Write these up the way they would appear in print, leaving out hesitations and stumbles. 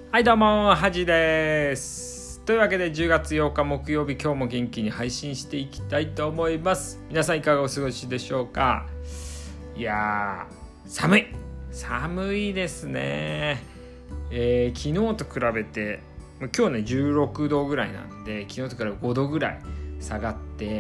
はいどうもはじです。というわけで10月8日木曜日、今日も元気に配信していきたいと思います。皆さんいかがお過ごしでしょうか。いやー寒いですね。昨日と比べて今日ね16度ぐらいなんで、昨日と比べ5度ぐらい下がって、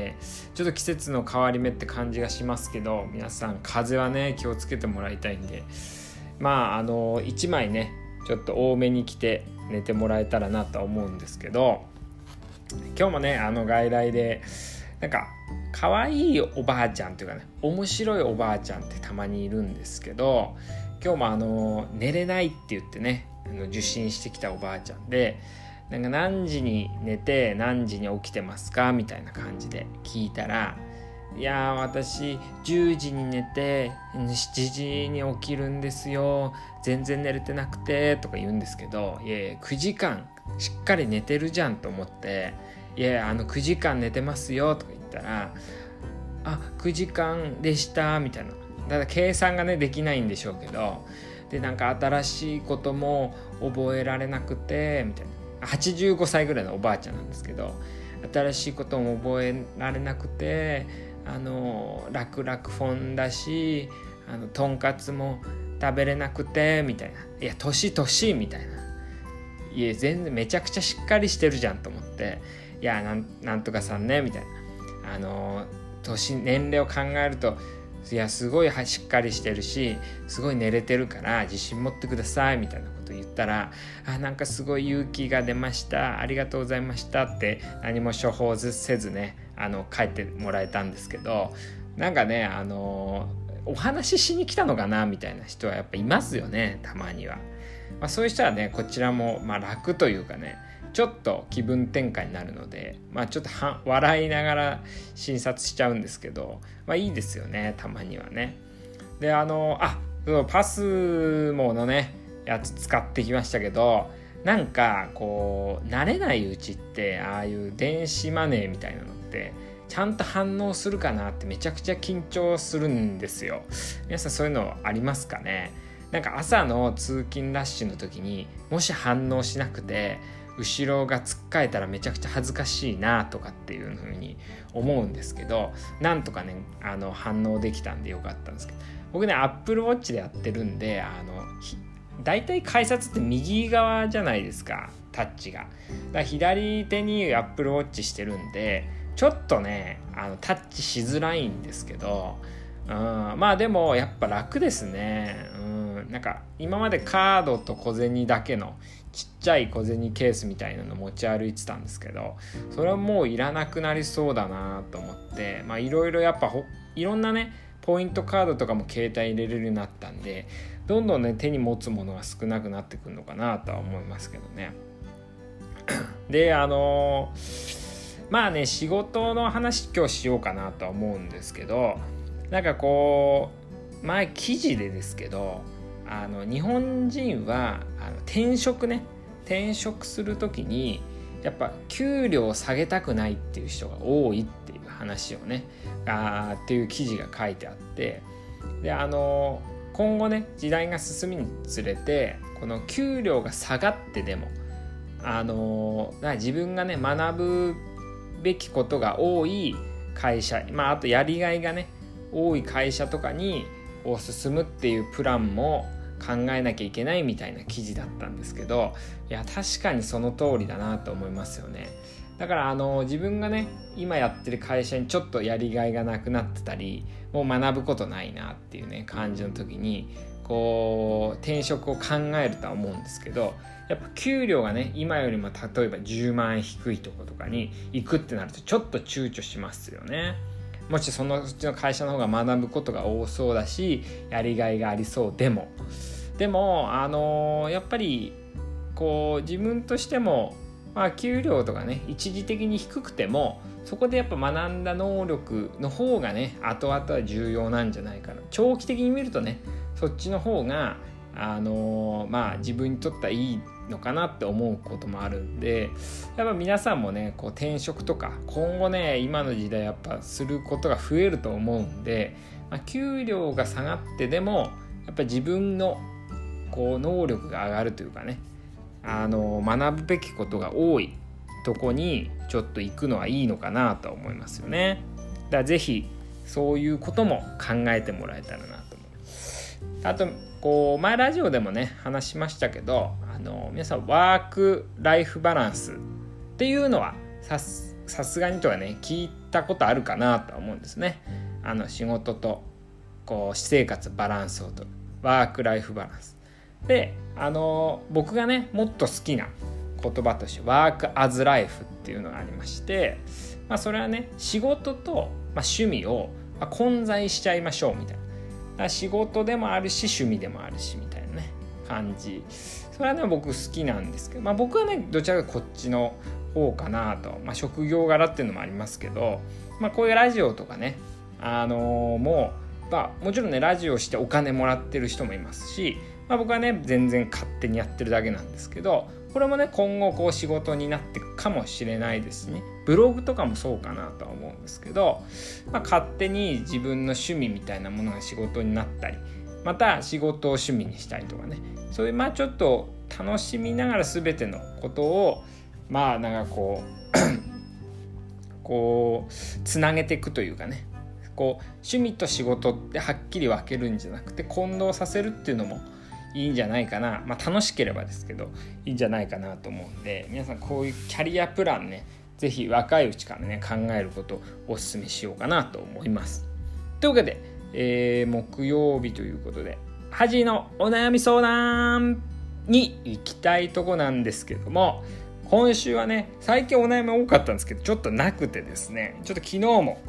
ちょっと季節の変わり目って感じがしますけど、皆さん風邪はね気をつけてもらいたいんで、1枚ねちょっと多めに着て寝てもらえたらなとは思うんですけど、今日もね外来でなんか可愛いおばあちゃんというかね、面白いおばあちゃんってたまにいるんですけど、今日も寝れないって言ってね受診してきたおばあちゃんで、なんか何時に寝て何時に起きてますかみたいな感じで聞いたら、いや私10時に寝て7時に起きるんですよ、全然寝れてなくてとか言うんですけど、いや9時間しっかり寝てるじゃんと思って、いや9時間寝てますよとか言ったら、9時間でしたみたいな。だから計算がねできないんでしょうけど、でなんか新しいことも覚えられなくてみたいな、85歳ぐらいのおばあちゃんなんですけど、新しいことも覚えられなくて楽々フォンだしとんかつも食べれなくてみたいな。いや年みたいな。いや全然めちゃくちゃしっかりしてるじゃんと思って、いやなんとかさんねみたいな、年齢を考えるといやすごいしっかりしてるしすごい寝れてるから自信持ってくださいみたいなこと言ったら、なんかすごい勇気が出ました、ありがとうございましたって何も処方せずね帰ってもらえたんですけど、なんかねお話ししに来たのかなみたいな人はやっぱいますよね、たまには。そういう人はねこちらも楽というかね、ちょっと気分転換になるので、ちょっと笑いながら診察しちゃうんですけど、いいですよねたまにはね。でパスモのねやつ使ってきましたけど、なんかこう慣れないうちってああいう電子マネーみたいなのってちゃんと反応するかなってめちゃくちゃ緊張するんですよ。皆さんそういうのありますかね。なんか朝の通勤ラッシュの時にもし反応しなくて後ろがつっかえたらめちゃくちゃ恥ずかしいなとかっていう風に思うんですけど、なんとかね反応できたんでよかったんですけど、僕ね Apple Watch でやってるんでだいたい改札って右側じゃないですか、タッチが。だから左手に Apple Watch してるんでちょっとねタッチしづらいんですけど、でもやっぱ楽ですね。なんか今までカードと小銭だけのちっちゃい小銭ケースみたいなの持ち歩いてたんですけど、それはもういらなくなりそうだなと思って、いろいろやっぱいろんなねポイントカードとかも携帯入れれるようになったんで、どんどんね手に持つものが少なくなってくるのかなとは思いますけどね。で仕事の話今日しようかなとは思うんですけど、なんかこう前記事でですけど日本人は転職するときにやっぱ給料を下げたくないっていう人が多いっていう話をねっていう記事が書いてあって、で今後ね時代が進むにつれてこの給料が下がってでも自分がね学ぶべきことが多い会社、あとやりがいがね多い会社とかに進むっていうプランも考えなきゃいけないみたいな記事だったんですけど、いや確かにその通りだなと思いますよね。だから自分がね今やってる会社にちょっとやりがいがなくなってたり、もう学ぶことないなっていうね感じの時にこう転職を考えるとは思うんですけど、やっぱ給料がね今よりも例えば10万円低いところとかに行くってなるとちょっと躊躇しますよね。もしそっちの会社の方が学ぶことが多そうだしやりがいがありそうでもやっぱりこう自分としても給料とかね一時的に低くてもそこでやっぱ学んだ能力の方がね後々は重要なんじゃないかな。長期的に見るとねそっちの方が自分にとってはいいのかなって思うこともあるんで、やっぱ皆さんもねこう転職とか今後ね今の時代やっぱすることが増えると思うんで、給料が下がってでもやっぱ自分のこう能力が上がるというかね学ぶべきことが多いとこにちょっと行くのはいいのかなと思いますよね。だからぜひそういうことも考えてもらえたらなと思います。あと前ラジオでもね話しましたけど、皆さんワークライフバランスっていうのはさすがにとはね聞いたことあるかなとは思うんですね。仕事と私生活バランスをとるワークライフバランスで、僕がねもっと好きな言葉としてワークアズライフっていうのがありまして、それはね仕事と、趣味を混在しちゃいましょうみたいな。だから仕事でもあるし趣味でもあるしみたいなね感じ。それはね僕好きなんですけど、僕はねどちらかこっちの方かなと、職業柄っていうのもありますけど、こういうラジオとかねもちろんねラジオしてお金もらってる人もいますし、僕はね全然勝手にやってるだけなんですけど、これもね今後仕事になっていくかもしれないですしね。ブログとかもそうかなとは思うんですけど、勝手に自分の趣味みたいなものが仕事になったり、また仕事を趣味にしたりとかね、そういうちょっと楽しみながら全てのことをつなげていくというかね、趣味と仕事ってはっきり分けるんじゃなくて混同させるっていうのもいいんじゃないかな、楽しければですけどいいんじゃないかなと思うんで、皆さんこういうキャリアプランねぜひ若いうちからね考えることをお勧めしようかなと思います。というわけで、木曜日ということでハジのお悩み相談に行きたいとこなんですけども、今週はね最近お悩み多かったんですけどちょっとなくてですね、ちょっと昨日も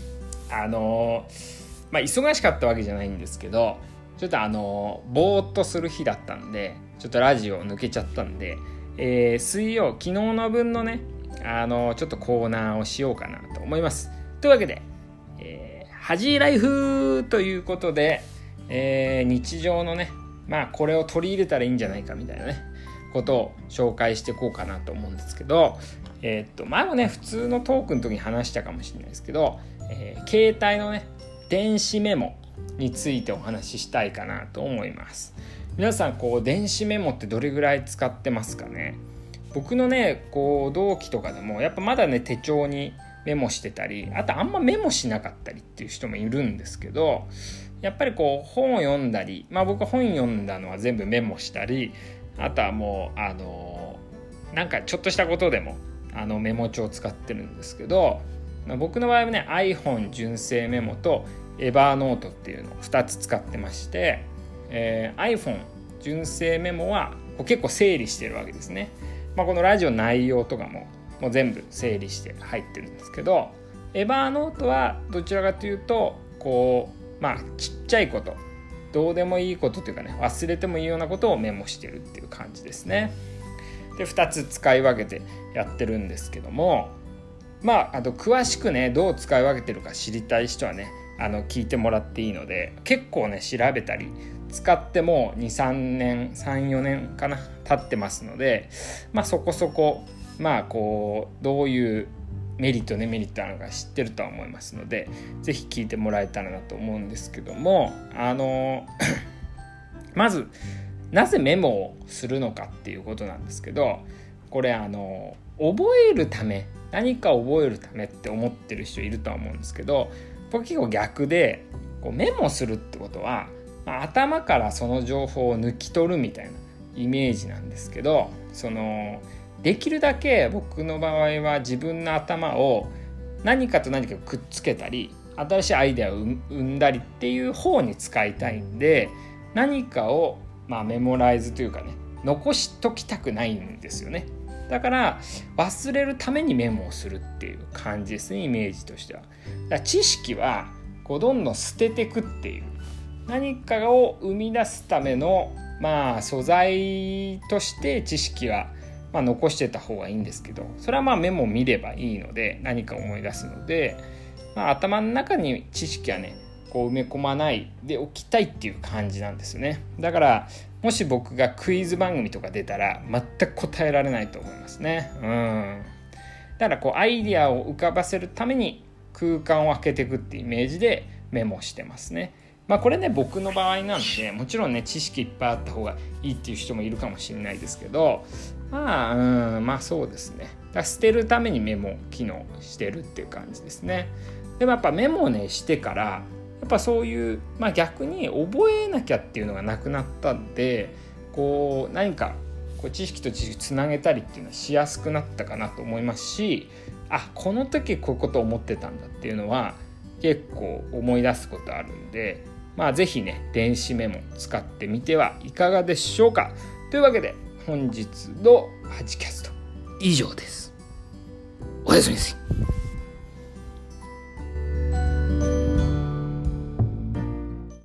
忙しかったわけじゃないんですけど、ちょっとぼーっとする日だったんでちょっとラジオ抜けちゃったんで、昨日の分のねちょっとコーナーをしようかなと思います。というわけで、ハジーライフということで、日常のねこれを取り入れたらいいんじゃないかみたいなねことを紹介していこうかなと思うんですけど、前もね普通のトークの時に話したかもしれないですけど、携帯のね電子メモについてお話ししたいかなと思います。皆さん電子メモってどれぐらい使ってますかね。僕のね同期とかでもやっぱまだね手帳にメモしてたり、あとあんまメモしなかったりっていう人もいるんですけど、やっぱり本を読んだり、僕本読んだのは全部メモしたり、あとはもうなんかちょっとしたことでもメモ帳を使ってるんですけど、僕の場合はね iPhone 純正メモとエバーノートっていうのを2つ使ってまして、iPhone 純正メモは結構整理してるわけですね。このラジオ内容とかもう全部整理して入ってるんですけど、エバーノートはどちらかというとちっちゃいこと、どうでもいいことというかね忘れてもいいようなことをメモしてるっていう感じですね。で2つ使い分けてやってるんですけども、あと詳しくねどう使い分けてるか知りたい人はね聞いてもらっていいので、結構ね調べたり使っても 2,3 年 3,4 年かな経ってますので、そこそこどういうメリットデメリットなのか知ってるとは思いますので、ぜひ聞いてもらえたらなと思うんですけども、まずなぜメモをするのかっていうことなんですけど、これ覚えるため、何か覚えるためって思ってる人いるとは思うんですけど、僕結構逆でメモするってことは、頭からその情報を抜き取るみたいなイメージなんですけど、できるだけ僕の場合は自分の頭を何かと何かくっつけたり新しいアイデアを生んだりっていう方に使いたいんで、何かをメモライズというかね残しときたくないんですよね。だから忘れるためにメモをするっていう感じですね、イメージとしては。だから知識はどんどん捨てていくっていう、何かを生み出すための素材として知識は残してた方がいいんですけど、それはメモを見ればいいので何か思い出すので、頭の中に知識はね埋め込まないでおきたいっていう感じなんですよね。だからもし僕がクイズ番組とか出たら全く答えられないと思いますね。だからアイデアを浮かばせるために空間を空けていくっていうイメージでメモしてますね。 これね僕の場合なんでもちろんね知識いっぱいあった方がいいっていう人もいるかもしれないですけどそうですね。だから捨てるためにメモ機能してるっていう感じですね。でもやっぱメモをねしてからやっぱそういう逆に覚えなきゃっていうのがなくなったんで何か知識と知識つなげたりっていうのはしやすくなったかなと思いますし、この時こういうことを思ってたんだっていうのは結構思い出すことあるんで、ぜひね電子メモ使ってみてはいかがでしょうか。というわけで本日の8キャスト以上です。おやすみなさい。